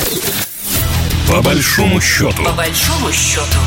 По большому счету. По большому счету.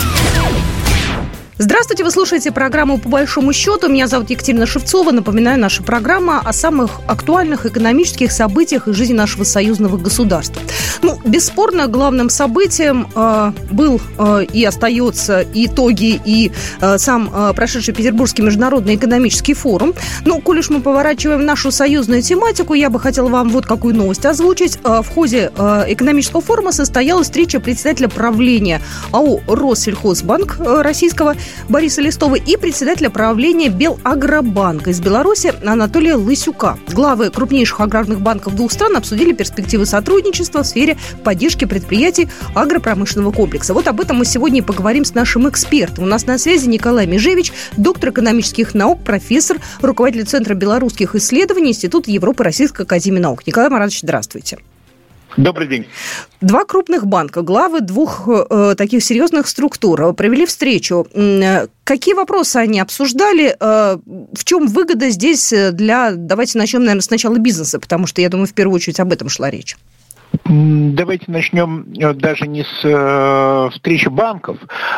Здравствуйте, вы слушаете программу «По большому счету». Меня зовут Екатерина Шевцова. Напоминаю, наша программа о самых актуальных экономических событиях из жизни нашего союзного государства. Бесспорно, главным событием был и остается итоги, и сам прошедший Петербургский международный экономический форум. Коль уж мы поворачиваем нашу союзную тематику, я бы хотела вам вот какую новость озвучить. В ходе экономического форума состоялась встреча председателя правления АО «Россельхозбанк» российского Бориса Листова и председателя правления Белагробанка из Беларуси Анатолия Лысюка. Главы крупнейших аграрных банков двух стран обсудили перспективы сотрудничества в сфере поддержки предприятий агропромышленного комплекса. Вот об этом мы сегодня и поговорим с нашим экспертом. У нас на связи Николай Межевич, доктор экономических наук, профессор, руководитель Центра белорусских исследований Института Европы Российской академии наук. Николай Маратович, здравствуйте. Добрый день. Два крупных банка, главы двух таких серьезных структур провели встречу. Какие вопросы они обсуждали? В чем выгода здесь давайте начнем, наверное, сначала бизнеса, потому что, я думаю, в первую очередь об этом шла речь. Давайте начнем даже не с встречи банков.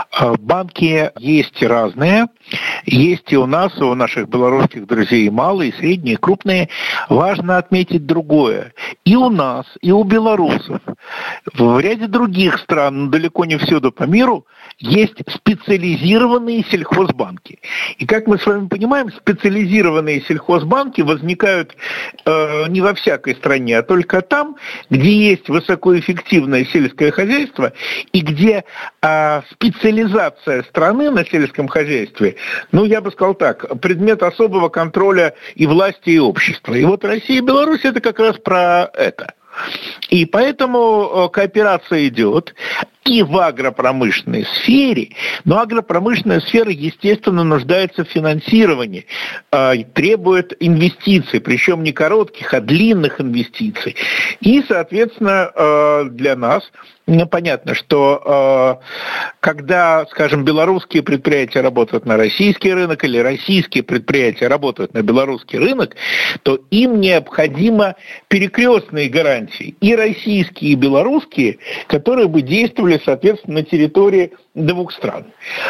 Банки есть разные. Есть и у нас, и у наших белорусских друзей малые, средние, крупные. Важно отметить другое. И у нас, и у белорусов, в ряде других стран, но далеко не всюду по миру, есть специализированные сельхозбанки. И как мы с вами понимаем, специализированные сельхозбанки возникают не во всякой стране, а только там, где есть высокоэффективное сельское хозяйство и где специализация страны на сельском хозяйстве, я бы сказал так, предмет особого контроля и власти, и общества. И вот Россия и Беларусь – это как раз про это. И поэтому кооперация идет и в агропромышленной сфере, но агропромышленная сфера, естественно, нуждается в финансировании, требует инвестиций, причем не коротких, а длинных инвестиций. И, соответственно, для нас понятно, что когда, скажем, белорусские предприятия работают на российский рынок или российские предприятия работают на белорусский рынок, то им необходимо перекрестные гарантии, и российские, и белорусские, которые бы действовали, соответственно, на территории двух стран.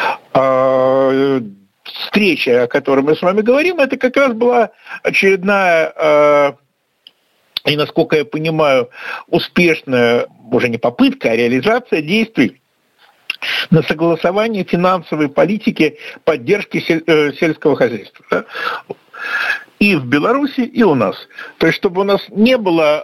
Встреча, о которой мы с вами говорим, это как раз была очередная и, насколько я понимаю, успешная, уже не попытка, а реализация действий на согласование финансовой политики поддержки сельского хозяйства. Да? И в Беларуси, и у нас. То есть, чтобы у нас не было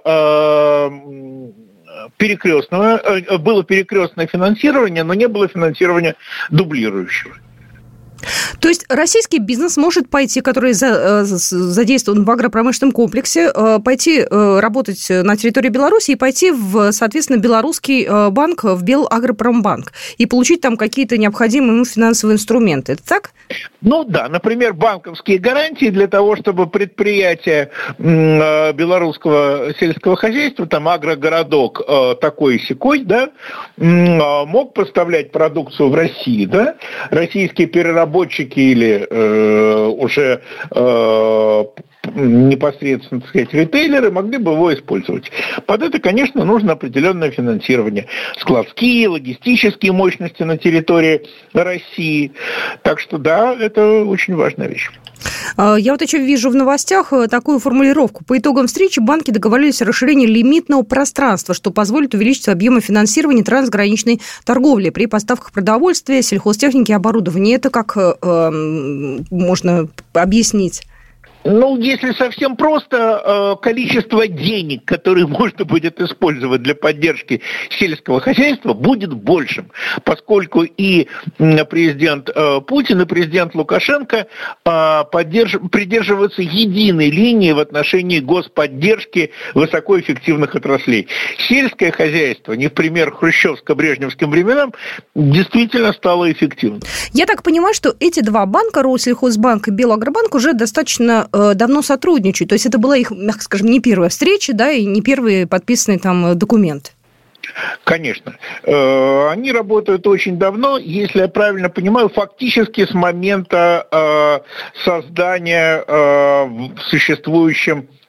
было перекрестное финансирование, но не было финансирования дублирующего. То есть российский бизнес может пойти, который задействован в агропромышленном комплексе, пойти работать на территории Беларуси и пойти в, соответственно, белорусский банк, в Белагропромбанк, и получить там какие-то необходимые ему финансовые инструменты. Это так? Да, например, банковские гарантии для того, чтобы предприятие белорусского сельского хозяйства, там агрогородок такой-сякой, да, мог поставлять продукцию в Россию, да, российские переработчики или уже непосредственно, так сказать, ритейлеры могли бы его использовать. Под это, конечно, нужно определенное финансирование. Складские, логистические мощности на территории России. Так что, да, это очень важная вещь. Я вот еще вижу в новостях такую формулировку. По итогам встречи банки договорились о расширении лимитного пространства, что позволит увеличить объемы финансирования трансграничной торговли при поставках продовольствия, сельхозтехники и оборудования. Это как можно объяснить? Если совсем просто, количество денег, которые можно будет использовать для поддержки сельского хозяйства, будет большим, поскольку и президент Путин, и президент Лукашенко придерживаются единой линии в отношении господдержки высокоэффективных отраслей. Сельское хозяйство, не в пример хрущевско-брежневским временам, действительно стало эффективным. Я так понимаю, что эти два банка, Россельхозбанк и Белагробанк, уже достаточно давно сотрудничают. То есть это была их, мягко скажем, не первая встреча, да, и не первый подписанный там документ. Конечно. Они работают очень давно, если я правильно понимаю, фактически с момента создания в существующем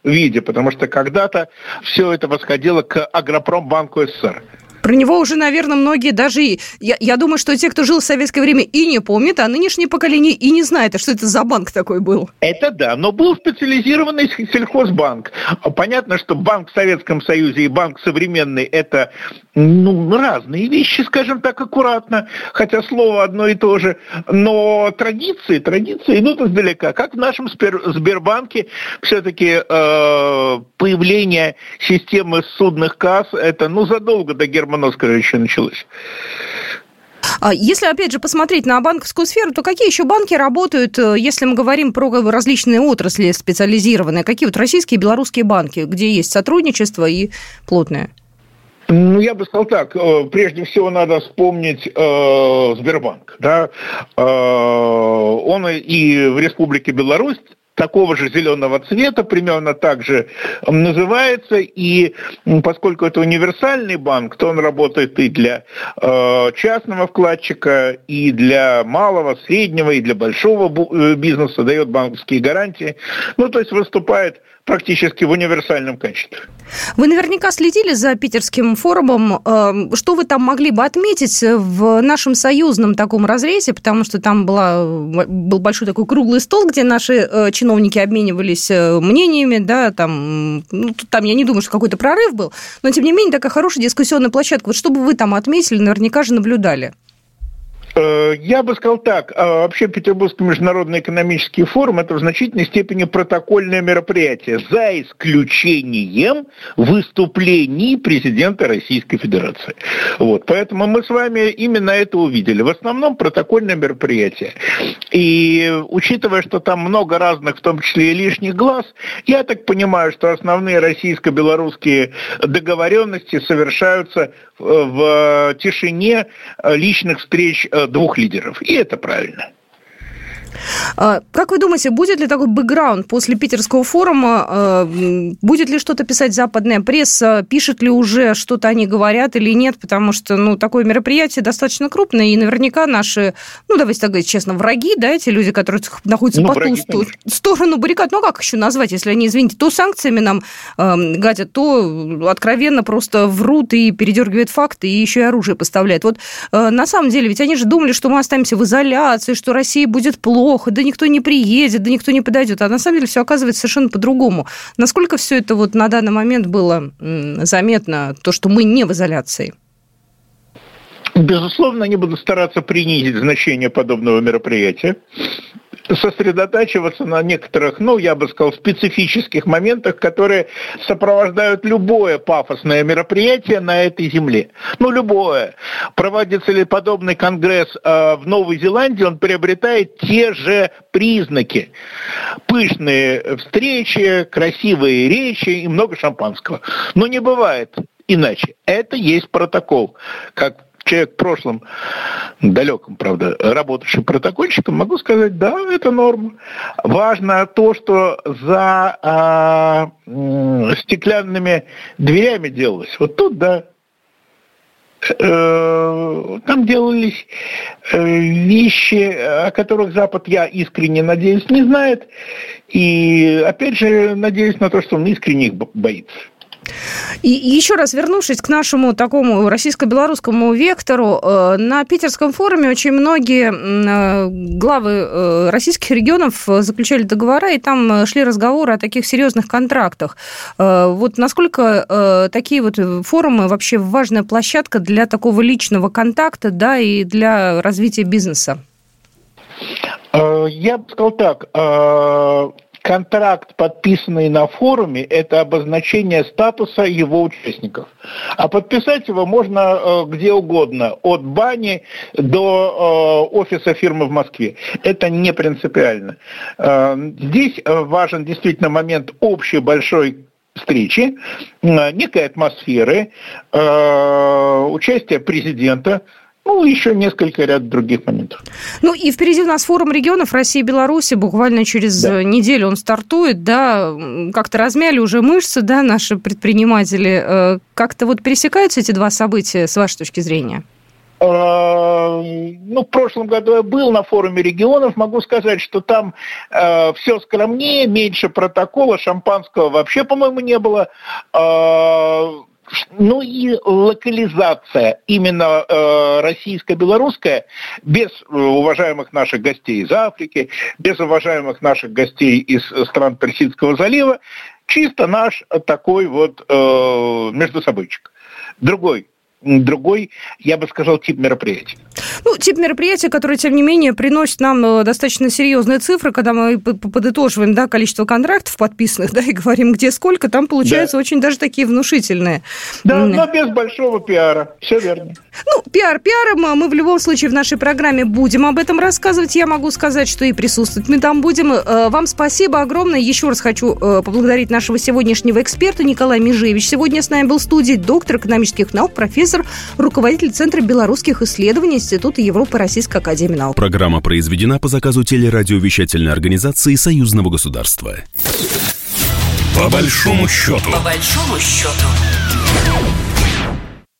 виде, потому что когда-то все это восходило к Агропромбанку СССР. Про него уже, наверное, многие даже... Я думаю, что те, кто жил в советское время, и не помнят, а нынешнее поколение и не знает, а что это за банк такой был. Это да, но был специализированный сельхозбанк. Понятно, что банк в Советском Союзе и банк современный – это разные вещи, скажем так, аккуратно, хотя слово одно и то же. Но традиции идут издалека. Как в нашем Сбербанке все-таки появление системы судных касс – это задолго до Германовского еще началось. Если, опять же, посмотреть на банковскую сферу, то какие еще банки работают, если мы говорим про различные отрасли специализированные? Какие вот российские и белорусские банки, где есть сотрудничество и плотное? Я бы сказал так. Прежде всего надо вспомнить Сбербанк. Да? Он и в Республике Беларусь такого же зеленого цвета, примерно так же называется, и поскольку это универсальный банк, то он работает и для частного вкладчика, и для малого, среднего, и для большого бизнеса, дает банковские гарантии, то есть выступает практически в универсальном качестве. Вы наверняка следили за Питерским форумом. Что вы там могли бы отметить в нашем союзном таком разрезе, потому что там был большой такой круглый стол, где наши чиновники обменивались мнениями, да, там я не думаю, что какой-то прорыв был, но тем не менее такая хорошая дискуссионная площадка. Вот что бы вы там отметили, наверняка же наблюдали. Я бы сказал так, вообще Петербургский международный экономический форум – это в значительной степени протокольное мероприятие, за исключением выступлений президента Российской Федерации. Поэтому мы с вами именно это увидели. В основном протокольное мероприятие. И учитывая, что там много разных, в том числе и лишних глаз, я так понимаю, что основные российско-белорусские договоренности совершаются в тишине личных встреч двух лидеров. И это правильно. Как вы думаете, будет ли такой бэкграунд после Питерского форума? Будет ли что-то писать западная пресса? Пишет ли уже что-то они говорят или нет? Потому что, такое мероприятие достаточно крупное, и наверняка наши, давайте так говорить честно, враги, да, эти люди, которые находятся по ту сторону баррикад. Как еще назвать, если они, извините, то санкциями нам гадят, то откровенно просто врут и передергивают факты, и еще и оружие поставляют. На самом деле, ведь они же думали, что мы останемся в изоляции, что России будет плохо, да никто не приедет, да никто не подойдет. А на самом деле все оказывается совершенно по-другому. Насколько все это на данный момент было заметно, то, что мы не в изоляции? Безусловно, они будут стараться принизить значение подобного мероприятия, сосредотачиваться на некоторых, я бы сказал, специфических моментах, которые сопровождают любое пафосное мероприятие на этой земле. Любое. Проводится ли подобный конгресс в Новой Зеландии, он приобретает те же признаки. Пышные встречи, красивые речи и много шампанского. Но не бывает иначе. Это есть протокол. Как человек в прошлом, далеком, правда, работавший протокольщиком, могу сказать, да, это норма. Важно то, что за стеклянными дверями делалось. Тут, да, там делались вещи, о которых Запад, я искренне надеюсь, не знает. И, опять же, надеюсь на то, что он искренне их боится. И еще раз вернувшись к нашему такому российско-белорусскому вектору, на Питерском форуме очень многие главы российских регионов заключали договора, и там шли разговоры о таких серьезных контрактах. Насколько такие форумы вообще важная площадка для такого личного контакта, да, и для развития бизнеса? Я бы сказал так. Контракт, подписанный на форуме, это обозначение статуса его участников. А подписать его можно где угодно, от бани до офиса фирмы в Москве. Это не принципиально. Здесь важен действительно момент общей большой встречи, некой атмосферы, участия президента, еще несколько ряд других моментов. И впереди у нас форум регионов России и Беларуси. Буквально через неделю он стартует, да. Как-то размяли уже мышцы, да, наши предприниматели. Как-то пересекаются эти два события, с вашей точки зрения? в прошлом году я был на форуме регионов, могу сказать, что там все скромнее, меньше протокола, шампанского вообще, по-моему, не было. И локализация именно российско-белорусская, без уважаемых наших гостей из Африки, без уважаемых наших гостей из стран Персидского залива, чисто наш такой междусобойчик. Другой, я бы сказал, тип мероприятия. Тип мероприятия, который, тем не менее, приносит нам достаточно серьезные цифры, когда мы подытоживаем, количество контрактов подписанных, и говорим, где сколько, там получаются очень даже такие внушительные. Да, но без большого пиара, все верно. Пиаром мы в любом случае в нашей программе будем об этом рассказывать. Я могу сказать, что и присутствовать мы там будем. Вам спасибо огромное. Еще раз хочу поблагодарить нашего сегодняшнего эксперта Николай Межевич. Сегодня с нами был в студии доктор экономических наук, профессор, руководитель Центра белорусских исследований Института Европы Российской академии наук. Программа произведена по заказу телерадиовещательной организации Союзного государства. По большому счету.